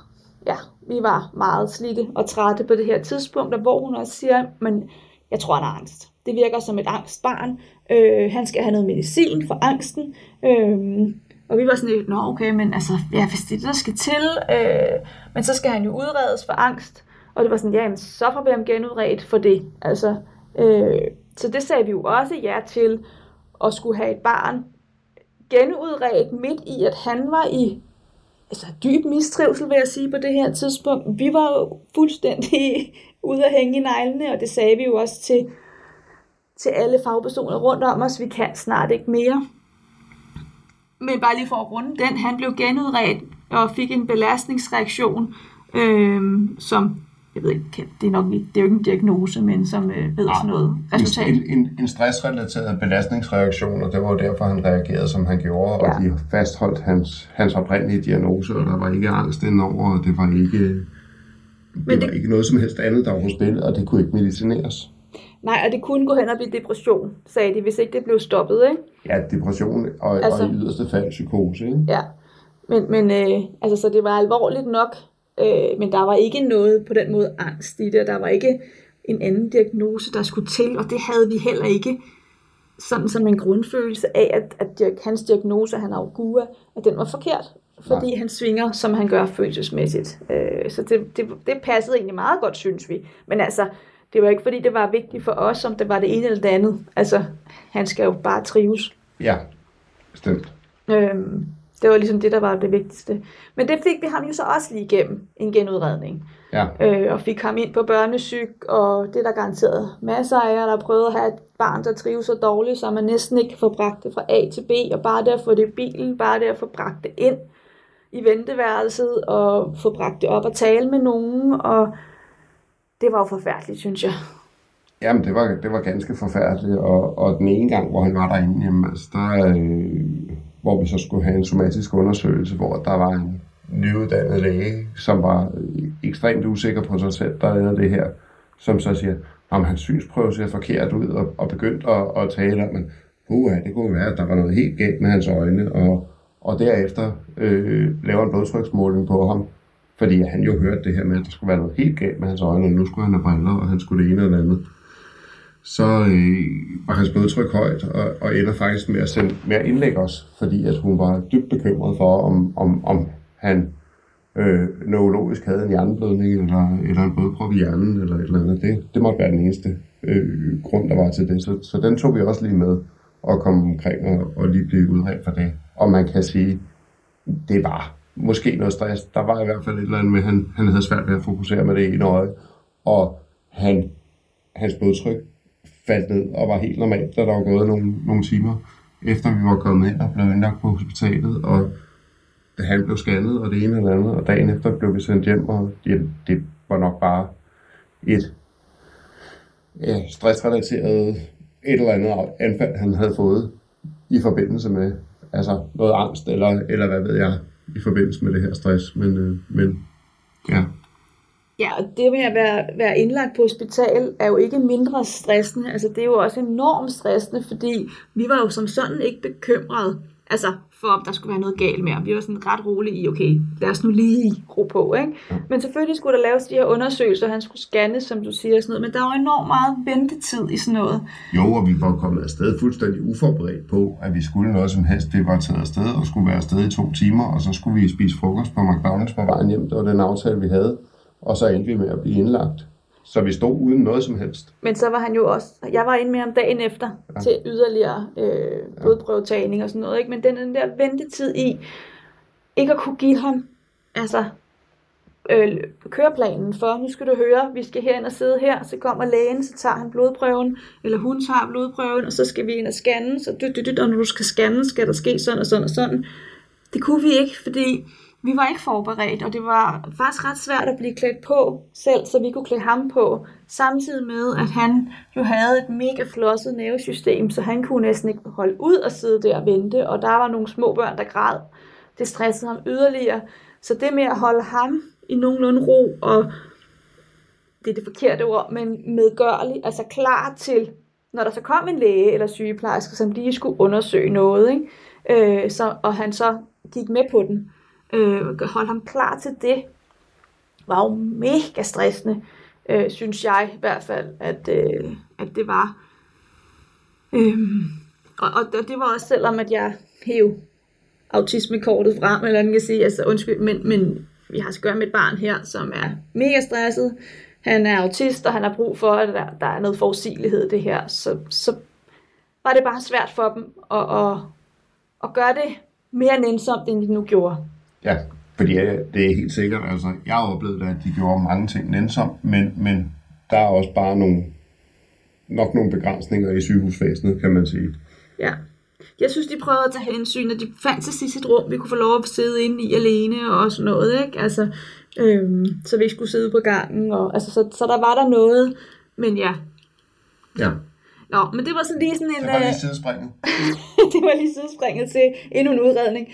var meget slidte og trætte på det her tidspunkt, og hvor hun også siger, men jeg tror, han har angst. Det virker som et angstbarn. Han skal have noget medicin for angsten. Og vi var sådan lidt, okay, men altså, ja, hvis det er det, der skal til, men så skal han jo udredes for angst. Og det var sådan, ja, så får vi ham genudredt for det. Altså, så det sagde vi jo også ja til, at skulle have et barn genudredt midt i, at han var i dyb mistrivsel, vil jeg sige, på det her tidspunkt. Vi var jo fuldstændig ude at hænge i neglene, og det sagde vi jo også til alle fagpersoner rundt om os. Vi kan snart ikke mere. Men bare lige for at runde den, han blev genudredt og fik en belastningsreaktion, som, jeg ved ikke, det er jo ikke en diagnose, men som ved sådan noget resultat. En stressrelateret belastningsreaktion, og det var derfor, han reagerede, som han gjorde, og de fastholdt hans oprindelige diagnose, og der var ikke angst indover, og det var ikke noget som helst andet, der var på spil, og det kunne ikke medicineres. Nej, og det kunne gå hen og blive depression, sagde de, hvis ikke det blev stoppet, ikke? Ja, depression og i yderste fald psykose, ikke? Ja, men så det var alvorligt nok, men der var ikke noget på den måde angst i det, der var ikke en anden diagnose, der skulle til, og det havde vi heller ikke sådan som en grundfølelse af, at hans diagnose, han har augua, at den var forkert, fordi han svinger, som han gør følelsesmæssigt. Så det passede egentlig meget godt, synes vi. Men altså, det var ikke fordi, det var vigtigt for os, om det var det ene eller det andet. Altså, han skal jo bare trives. Ja, bestemt. Det var ligesom det, der var det vigtigste. Men det fik vi ham jo så også lige igennem, en genudredning. Ja. Og fik ham ind på børnesyg, og det er der garanteret masser af jer, der prøvede at have et barn, der trives så dårligt, så man næsten ikke kan få bragt det fra A til B, og bare det at få det i bilen, bare det at få bragt det ind i venteværelset, og få bragt det op og tale med nogen, og det var jo forfærdeligt, synes jeg. Jamen, det var ganske forfærdeligt, og den ene gang, hvor han var derinde, jamen, altså, hvor vi så skulle have en somatisk undersøgelse, hvor der var en nyuddannet læge, som var ekstremt usikker på sig selv, der lavede det her, som så siger, om hans synsprøve ser forkert ud, og begyndte at tale om, at det kunne være, at der var noget helt galt med hans øjne, og derefter laver en blodtryksmåling på ham, fordi han jo hørte det her med, at der skulle være noget helt galt med hans øjne, og nu skulle han have briller, og han skulle det ene eller andet. Så var hans blodtryk højt, og ender faktisk med at indlægge os, fordi at hun var dybt bekymret for, om han neurologisk havde en hjerneblødning, eller en blodprop i hjernen, eller et eller andet. Det måtte være den eneste grund, der var til det. Så den tog vi også lige med, og kom omkring og lige blive udredt for det. Og man kan sige, det var måske noget stress. Der var i hvert fald et eller andet med, han havde svært ved at fokusere med det ene øje, og hans blodtryk faldt ned og var helt normalt, da der var gået nogle timer, efter vi var kommet ind og blev indlagt på hospitalet, og han blev scannet, og det ene eller andet, og dagen efter blev vi sendt hjem, og det var nok bare et stressrelateret et eller andet anfald, han havde fået i forbindelse med noget angst, eller hvad ved jeg, i forbindelse med det her stress, men ja. Ja, og det med at være indlagt på hospital er jo ikke mindre stressende. Altså, det er jo også enormt stressende, fordi vi var jo som sådan ikke bekymrede, for om der skulle være noget galt med ham. Vi var sådan ret rolige i, okay, lad os nu lige ro på, ikke? Men selvfølgelig skulle der laves de her undersøgelser, han skulle scannes, som du siger, sådan noget, men der var enormt meget ventetid i sådan noget. Jo, og vi var kommet afsted fuldstændig uforberedt på, at vi skulle noget som helst. Vi var taget afsted og skulle være afsted i 2 timer, og så skulle vi spise frokost på McDonald's på vejen hjem. Det var den aftale, vi havde. Og så endte vi med at blive indlagt. Så vi stod uden noget som helst. Men så var han jo også... Jeg var inde med ham dagen efter til yderligere blodprøvetagning og sådan noget. Ikke? Men den der ventetid i ikke at kunne give ham køreplanen for, nu skal du høre, vi skal herind og sidde her, så kommer lægen, så tager han blodprøven, eller hun tager blodprøven, og så skal vi ind og scanne, så og når du skal scanne, skal der ske sådan og sådan og sådan. Det kunne vi ikke, fordi vi var ikke forberedt, og det var faktisk ret svært at blive klædt på selv, så vi kunne klæde ham på, samtidig med, at han jo havde et mega flosset nervesystem, så han kunne næsten ikke holde ud og sidde der og vente, og der var nogle små børn, der græd det stressede ham yderligere. Så det med at holde ham i nogenlunde ro, og det er det forkerte ord, men medgørlig, altså klar til, når der så kom en læge eller sygeplejerske, som lige skulle undersøge noget, ikke? Og han så gik med på den, holde ham klar til det, var jo mega stressende, synes jeg i hvert fald, at det var. Og det var også selvom, at jeg hævde autismekortet frem, eller man kan sige, altså undskyld, men vi har at gøre med et barn her, som er mega stresset. Han er autist, og han har brug for, at der er noget forudsigelighed i det her. Så var det bare svært for dem at gøre det mere nænsomt, end de nu gjorde. Ja, fordi det er helt sikkert. Altså, jeg har oplevet, at de gjorde mange ting nænsomt, men der er også bare nok nogle begrænsninger i sygehusvæsenet, kan man sige. Ja. Jeg synes, de prøvede at tage hensyn, og de fandt til sidst et rum, vi kunne få lov at sidde inde i alene og sådan noget, ikke? Altså, så vi ikke skulle sidde på gangen, og, altså, så der var der noget, men ja. Ja. Nå, men det var sådan lige sådan en... Det var lige sidespringet. Det var lige sidespringet til endnu en udredning.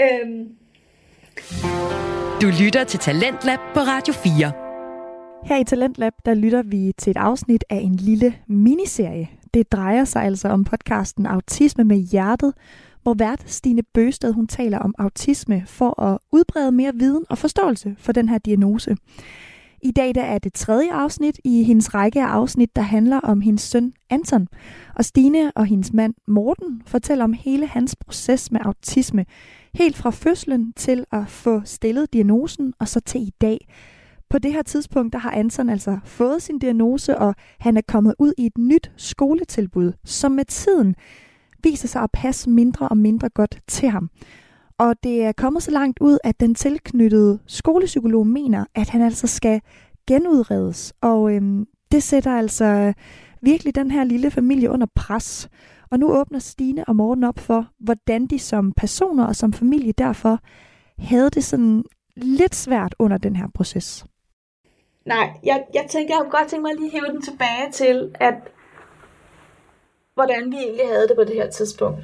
Du lytter til Talentlab på Radio 4. Her i Talentlab, der lytter vi til et afsnit af en lille miniserie. Det drejer sig altså om podcasten Autisme med Hjertet, hvor vært Stine Bøsted, hun taler om autisme for at udbrede mere viden og forståelse for den her diagnose. I dag der er det 3. afsnit i hendes række af afsnit, der handler om hendes søn Anton. Og Stine og hendes mand Morten fortæller om hele hans proces med autisme. Helt fra fødslen til at få stillet diagnosen og så til i dag. På det her tidspunkt, der har Anton altså fået sin diagnose, og han er kommet ud i et nyt skoletilbud, som med tiden viser sig at passe mindre og mindre godt til ham. Og det er kommet så langt ud, at den tilknyttede skolepsykolog mener, at han altså skal genudredes. Og det sætter altså virkelig den her lille familie under pres. Og nu åbner Stine og Morten op for, hvordan de som personer og som familie derfor havde det sådan lidt svært under den her proces. Nej, jeg kunne godt tænke mig at lige hæve den tilbage til, at hvordan vi egentlig havde det på det her tidspunkt.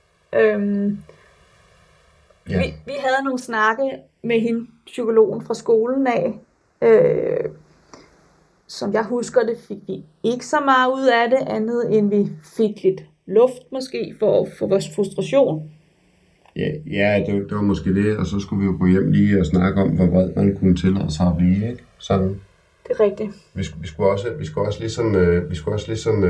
Vi havde nogle snakke med hende, psykologen fra skolen af. Som jeg husker det, fik vi ikke så meget ud af det, andet end vi fik lidt luft måske for vores frustration. Ja, det var måske det, og så skulle vi jo gå hjem lige og snakke om, hvor vred man kunne tillade sig at blive, ikke? Sådan. Det er rigtigt. Vi skulle også ligesom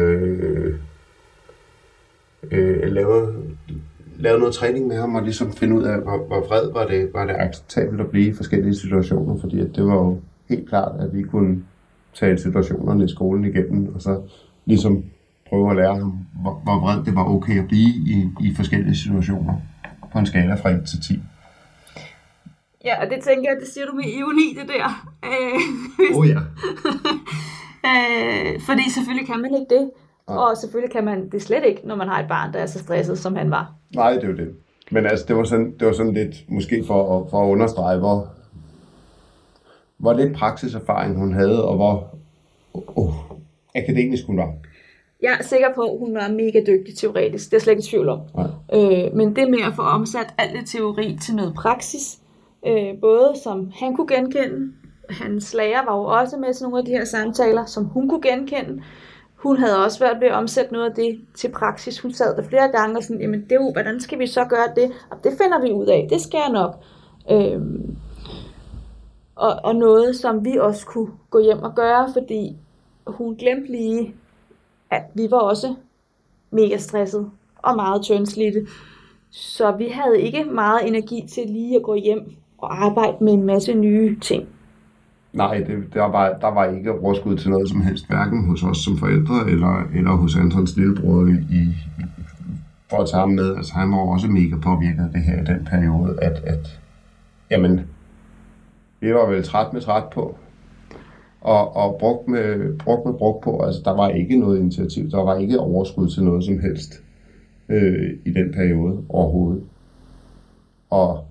lave noget træning med ham og ligesom finde ud af, hvor vred var det acceptabelt at blive i forskellige situationer, fordi at det var jo helt klart, at vi kunne tage situationerne i skolen igennem, og så ligesom prøve at lære ham, hvor vred det var okay at blive i forskellige situationer på en skala fra 1 til 10. Ja, og det tænker jeg, det siger du med ironi, det der. Ja. Fordi selvfølgelig kan man ikke det. Ja. Og selvfølgelig kan man det slet ikke, når man har et barn, der er så stresset, som han var. Nej, det er jo det. Men altså, det var sådan lidt, måske for at understrege, hvor lidt praksiserfaring hun havde, og hvor akademisk hun var. Jeg er sikker på, at hun var mega dygtig teoretisk. Det er slet ikke i tvivl om. Men det med at få omsat alt det teori til noget praksis, både som han kunne genkende, hans lærer var jo også med til nogle af de her samtaler, som hun kunne genkende. Hun havde også været ved at omsætte noget af det til praksis. Hun sad der flere gange og sådan, jamen det er jo, hvordan skal vi så gøre det? Og det finder vi ud af, det skal jeg nok. Og noget, som vi også kunne gå hjem og gøre, fordi hun glemte lige, at vi var også mega stresset og meget tyndslidte. Så vi havde ikke meget energi til lige at gå hjem og arbejde med en masse nye ting. Nej, der var ikke overskud til noget som helst, hverken hos os som forældre eller hos Antons lillebror for at tage ham med. Altså han var også mega påvirket af det her i den periode, at jamen, vi var vel træt på. Og brugt på, altså der var ikke noget initiativ, der var ikke overskud til noget som helst i den periode overhovedet. Og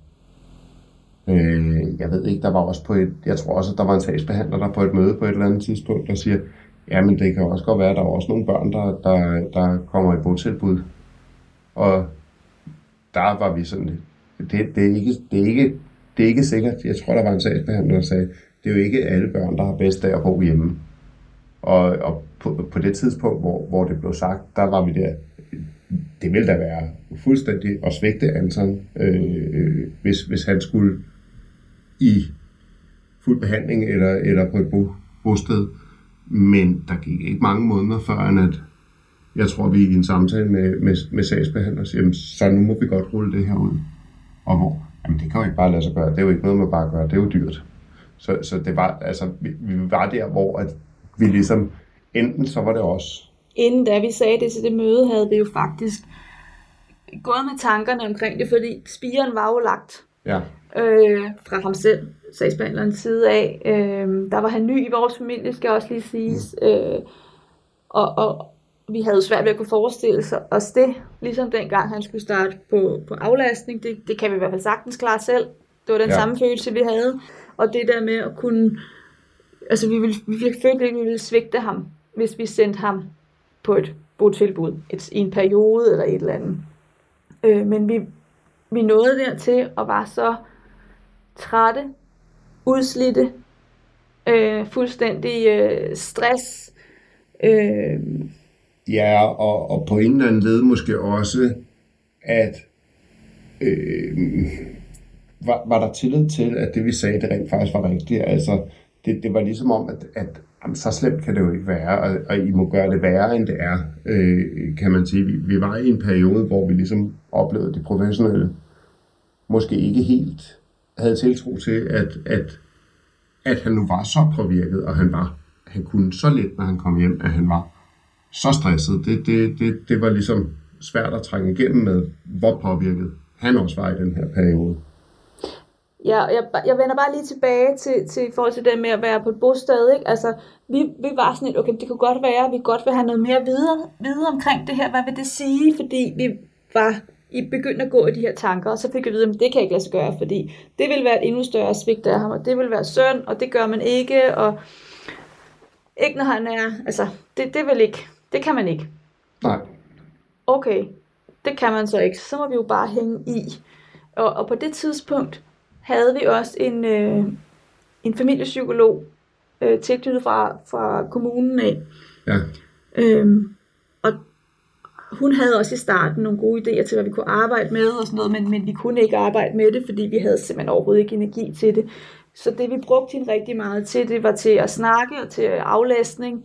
jeg ved ikke, der var også jeg tror også, at der var en sagsbehandler, der på et møde på et eller andet tidspunkt, der siger, jamen det kan også godt være, at der er også nogle børn, der kommer i botilbud. Og der var vi sådan lidt, det er ikke sikkert. Jeg tror, der var en sagsbehandler, der sagde, det er jo ikke alle børn, der har bedst af at bo hjemme. Og på det tidspunkt, hvor det blev sagt, der var vi der. Det ville da være fuldstændig at svigte Anton, hvis han skulle i fuld behandling eller på et bosted. Men der gik ikke mange måneder før, at jeg tror, vi i en samtale med sagsbehandler siger, så nu må vi godt rulle det her ud. Og hvor? Jamen det kan jo ikke bare lade sig gøre. Det er jo ikke noget, man bare gør. Det er jo dyrt. Så det var, altså, vi var der, hvor at vi ligesom, enten så var det os. Inden da vi sagde det til det møde, havde vi jo faktisk gået med tankerne omkring det, fordi spiren var jo lagt fra ham selv, sagsbehandlerens side af. Der var han ny i vores familie, skal også lige siges. Og vi havde svært ved at kunne forestille os det, ligesom dengang han skulle starte på aflastning. Det kan vi i hvert fald sagtens klare selv. Det var den samme følelse, vi havde. Og det der med at kunne... Altså, vi følte ikke, at vi ville svigte ham, hvis vi sendte ham på et botilbud i en periode eller et eller andet. Men vi nåede dertil og var så trætte, udslidte, fuldstændig stress. Ja, og på en eller anden led måske også, at var der tillid til, at det vi sagde, det rent faktisk var rigtigt. Altså, det var ligesom om, at så slemt kan det jo ikke være, og I må gøre det værre, end det er, kan man sige. Vi var i en periode, hvor vi ligesom oplevede de professionelle måske ikke helt havde tiltro til, at han nu var så påvirket, og han kunne så lidt, når han kom hjem, at han var så stresset. Det var ligesom svært at trænge igennem med, hvor påvirket han også var i den her periode. Ja, jeg vender bare lige tilbage til i forhold til det med at være på et bosted, ikke? Altså, vi var sådan lidt, okay, det kunne godt være, at vi godt vil have noget mere vide omkring det her. Hvad vil det sige? Fordi vi var begyndt at gå i de her tanker, og så fik vi at vide, at det kan jeg ikke lade sig gøre, fordi det vil være et endnu større svigt af ham, og det vil være synd, og det gør man ikke, og ikke når han er, altså, det vil ikke, det kan man ikke. Nej. Okay, det kan man så ikke, så må vi jo bare hænge i. Og på det tidspunkt havde vi også en familiepsykolog tilknyttet fra kommunen af. Ja. Og hun havde også i starten nogle gode idéer til, hvad vi kunne arbejde med og sådan noget, men vi kunne ikke arbejde med det, fordi vi havde simpelthen overhovedet ikke energi til det. Så det vi brugte hende rigtig meget til, det var til at snakke og til aflæsning,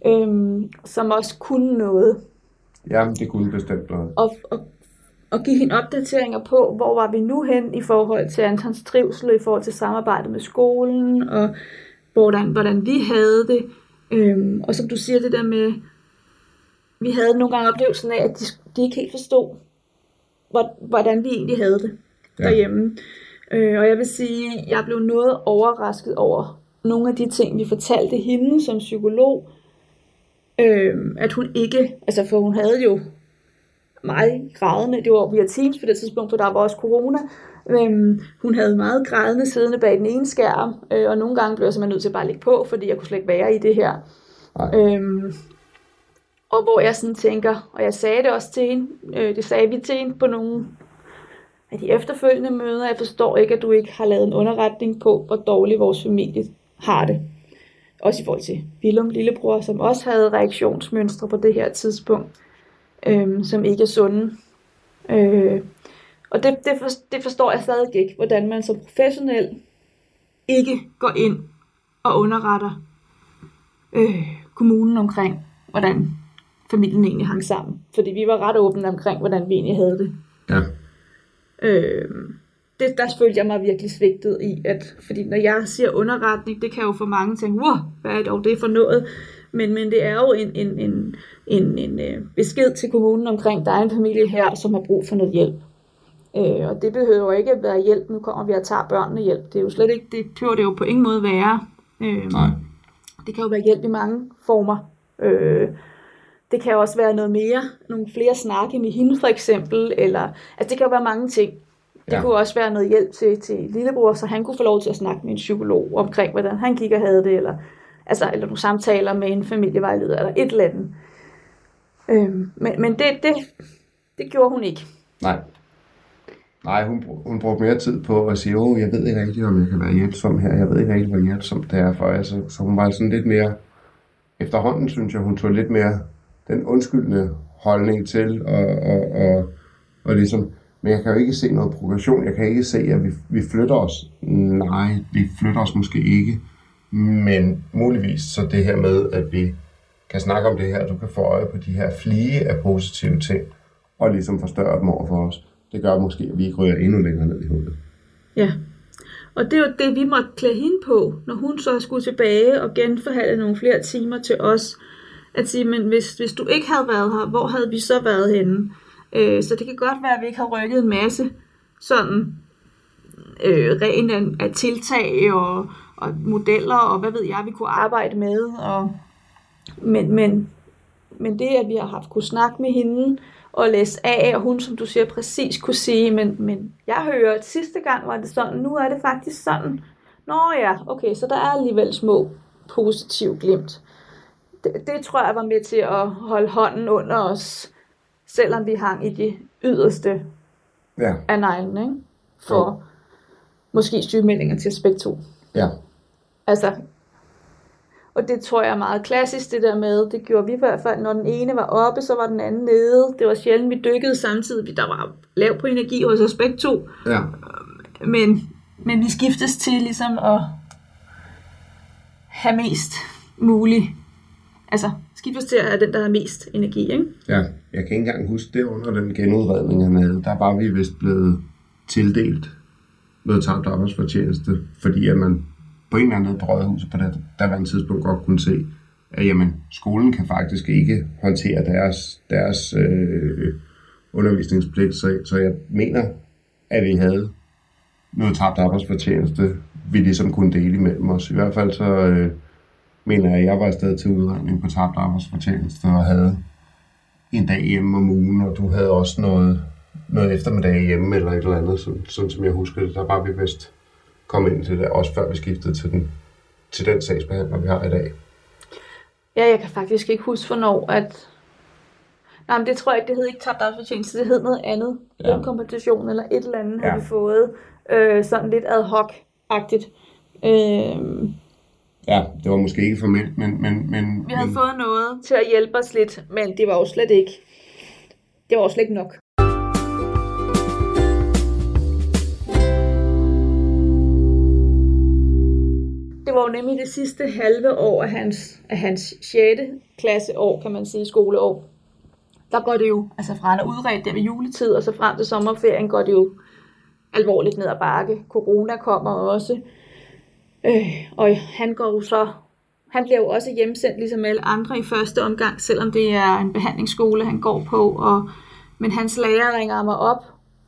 som også kunne noget. Jamen, det kunne bestemt noget. Og give hende opdateringer på, hvor var vi nu hen i forhold til Antons trivsel, i forhold til samarbejdet med skolen, og hvordan vi havde det. Og som du siger, det der med, vi havde nogle gange oplevelsen af, at de ikke helt forstod, hvordan vi egentlig havde det derhjemme. Og jeg vil sige, at jeg blev noget overrasket over nogle af de ting, vi fortalte hende som psykolog, at hun ikke, altså for hun havde jo meget grædende, det var via Teams på det tidspunkt, for der var også corona, hun havde meget grædende siddende bag den ene skærm, og nogle gange blev jeg simpelthen nødt til at bare lægge på, fordi jeg kunne slet ikke være i det her. Og hvor jeg sådan tænker, og jeg sagde det også til hende, det sagde vi til hende på nogle af de efterfølgende møder, jeg forstår ikke, at du ikke har lavet en underretning på, hvor dårligt vores familie har det. Også i forhold til Willum, lillebror, som også havde reaktionsmønstre på det her tidspunkt, som ikke er sunde. Og det forstår jeg stadig ikke, hvordan man som professionel ikke går ind og underretter kommunen omkring, hvordan familien egentlig hang sammen. Fordi vi var ret åbne omkring, hvordan vi egentlig havde det. Ja. Der følte jeg mig virkelig svigtet i, fordi når jeg siger underretning, det kan jo for mange tænke, hvad er dog det for noget? Men det er jo en besked til kommunen omkring, der er en familie her, som har brug for noget hjælp. Og det behøver jo ikke at være hjælp, nu kommer vi og tager børnene hjælp. Det er jo slet ikke, det behøver det jo på ingen måde være. Nej. Det kan jo være hjælp i mange former. Det kan jo også være noget mere, nogle flere snakke med hende for eksempel, eller, altså det kan jo være mange ting. Det kunne også være noget hjælp til lillebror, så han kunne få lov til at snakke med en psykolog omkring, hvordan han gik og havde det, eller nogle samtaler med en familievejleder, eller et eller andet. Men det gjorde hun ikke. Nej. Nej, hun brugte mere tid på at sige, jeg ved ikke rigtig, om jeg kan være hjælpsom her. Jeg ved ikke rigtig, hvor hjælpsomt det er for jer. Så hun var sådan lidt mere, efterhånden synes jeg, hun tog lidt mere den undskyldende holdning til. Og ligesom, men jeg kan jo ikke se noget progression. Jeg kan ikke se, at vi flytter os. Nej, vi flytter os måske ikke. Men muligvis så det her med, at vi kan snakke om det her, du kan få øje på de her flige af positive ting, og ligesom forstørre dem over for os. Det gør måske, at vi ikke ryger endnu længere ned i hullet. Ja, og det er jo det, vi måtte klæde hende på, når hun så skulle tilbage og genforhandle nogle flere timer til os. At sige, men hvis du ikke havde været her, hvor havde vi så været henne? Så det kan godt være, at vi ikke har rykket en masse sådan ren af tiltag og modeller, og hvad ved jeg, vi kunne arbejde med. Men det, at vi har haft kunne snakke med hende og læse af, og hun, som du siger, præcis kunne sige, men jeg hører, at sidste gang var det sådan, nu er det faktisk sådan. Nå ja, okay, så der er alligevel små positive glimt. Det tror jeg var med til at holde hånden under os, selvom vi hang i de yderste af neglen, ikke? For måske sygemeldinger til spektrum. Ja. Altså, og det tror jeg er meget klassisk, det der med, det gjorde vi i hvert fald, når den ene var oppe, så var den anden nede. Det var sjældent, vi dykkede samtidig, der var lav på energi hos os begge to. Ja. Men vi skiftes til ligesom at have mest muligt. Altså, skiftes til at have den, der har mest energi, ikke? Ja, jeg kan ikke engang huske det under den genudredning, han havde. Der var vi vist blevet tildelt noget tabt arbejdsfortjeneste, fordi at man på en eller anden på Rådhuset på det daværende tidspunkt godt kunne se, at jamen, skolen kan faktisk ikke håndtere deres undervisningspligt. Så jeg mener, at vi havde noget tabt arbejdsfortjeneste, vi ligesom kunne dele imellem os. I hvert fald så mener jeg, at jeg var afsted til udregning på tabt arbejdsfortjeneste og havde en dag hjemme om ugen, og du havde også noget eftermiddag hjemme eller et eller andet, sådan som jeg husker det. Der var vi vist kommet ind til det, også før vi skiftede til den sagsbehandler, vi har i dag. Ja, jeg kan faktisk ikke huske, hvornår at... Nej, men det tror jeg ikke, det hed ikke tabt arbejdsfortjeneste, det hed noget andet. Ja. En kompensation eller et eller andet har vi fået. Sådan lidt ad hoc-agtigt. Ja, det var måske ikke formelt, men vi havde fået noget til at hjælpe os lidt, men det var jo slet ikke... Det var jo slet ikke nok. Det var jo nemlig det sidste halve år af hans 6. klasseår, kan man sige, skoleår. Der går det jo, altså fra han er udredt der ved juletid, og så frem til sommerferien går det jo alvorligt ned ad bakke. Corona kommer også. Og han bliver jo også hjemsendt, ligesom alle andre i første omgang, selvom det er en behandlingsskole, han går på. Men hans lærer ringer mig op,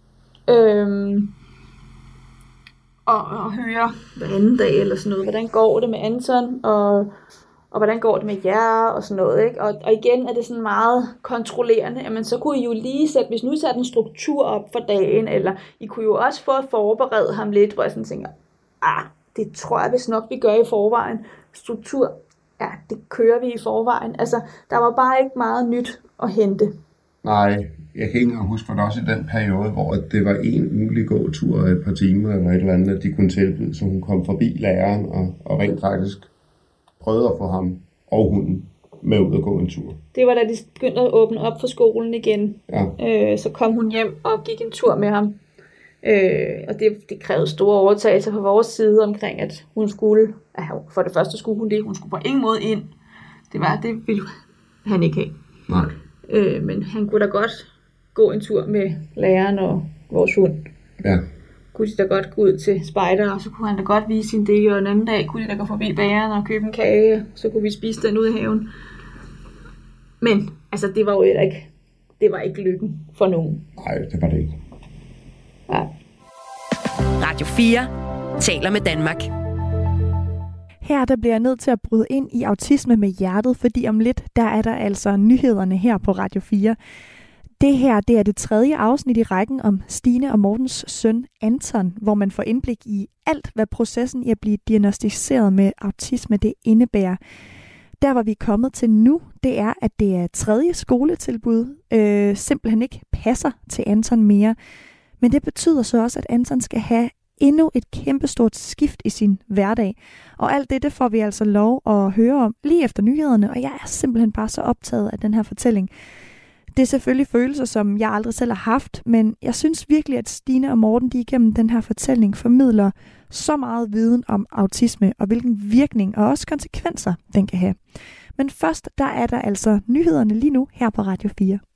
og hører hver anden dag eller sådan noget, hvordan går det med Anton, og hvordan går det med jer, og sådan noget, ikke? Og igen er det sådan meget kontrollerende, jamen så kunne I jo lige sætte, hvis nu I satte en struktur op for dagen, eller I kunne jo også få at forberede ham lidt, hvor jeg sådan tænker, det tror jeg vist nok, vi gør i forvejen. Struktur, ja, det kører vi i forvejen. Altså, der var bare ikke meget nyt at hente. Nej, jeg kan ikke engang huske, for det også i den periode, hvor det var en ugenlig gåtur af et par timer, eller et eller andet, at de kunne tilbyde, så hun kom forbi læreren, og rent faktisk prøvede at få ham og hunden med ud og gå en tur. Det var da de begyndte at åbne op for skolen igen. Ja. Så kom hun hjem og gik en tur med ham. Og det krævede store overtagelser fra vores side omkring, at hun skulle, for det første skulle hun det, hun skulle på ingen måde ind. Det ville han ikke have. Nej. Men han kunne da godt gå en tur med læreren og vores hund. Ja. Kunne de da godt gå ud til spejder, og så kunne han da godt vise sin det, og en anden dag kunne de da gå forbi bageren og købe en kage, så kunne vi spise den ude i haven. Men altså, det var jo ikke, det var ikke lykken for nogen. Nej, det var det ikke. Ja. Radio 4 taler med Danmark. Her der bliver jeg nødt til at bryde ind i autisme med hjertet, fordi om lidt, der er der altså nyhederne her på Radio 4. Det her, det er det 3. afsnit i rækken om Stine og Mortens søn Anton, hvor man får indblik i alt, hvad processen i at blive diagnosticeret med autisme det indebærer. Der, hvor vi er kommet til nu, det er, at det er 3. skoletilbud simpelthen ikke passer til Anton mere. Men det betyder så også, at Anton skal have endnu et kæmpestort skift i sin hverdag. Og alt det får vi altså lov at høre om lige efter nyhederne, og jeg er simpelthen bare så optaget af den her fortælling. Det er selvfølgelig følelser, som jeg aldrig selv har haft, men jeg synes virkelig, at Stine og Morten, de igennem den her fortælling formidler så meget viden om autisme, og hvilken virkning og også konsekvenser den kan have. Men først, der er der altså nyhederne lige nu her på Radio 4.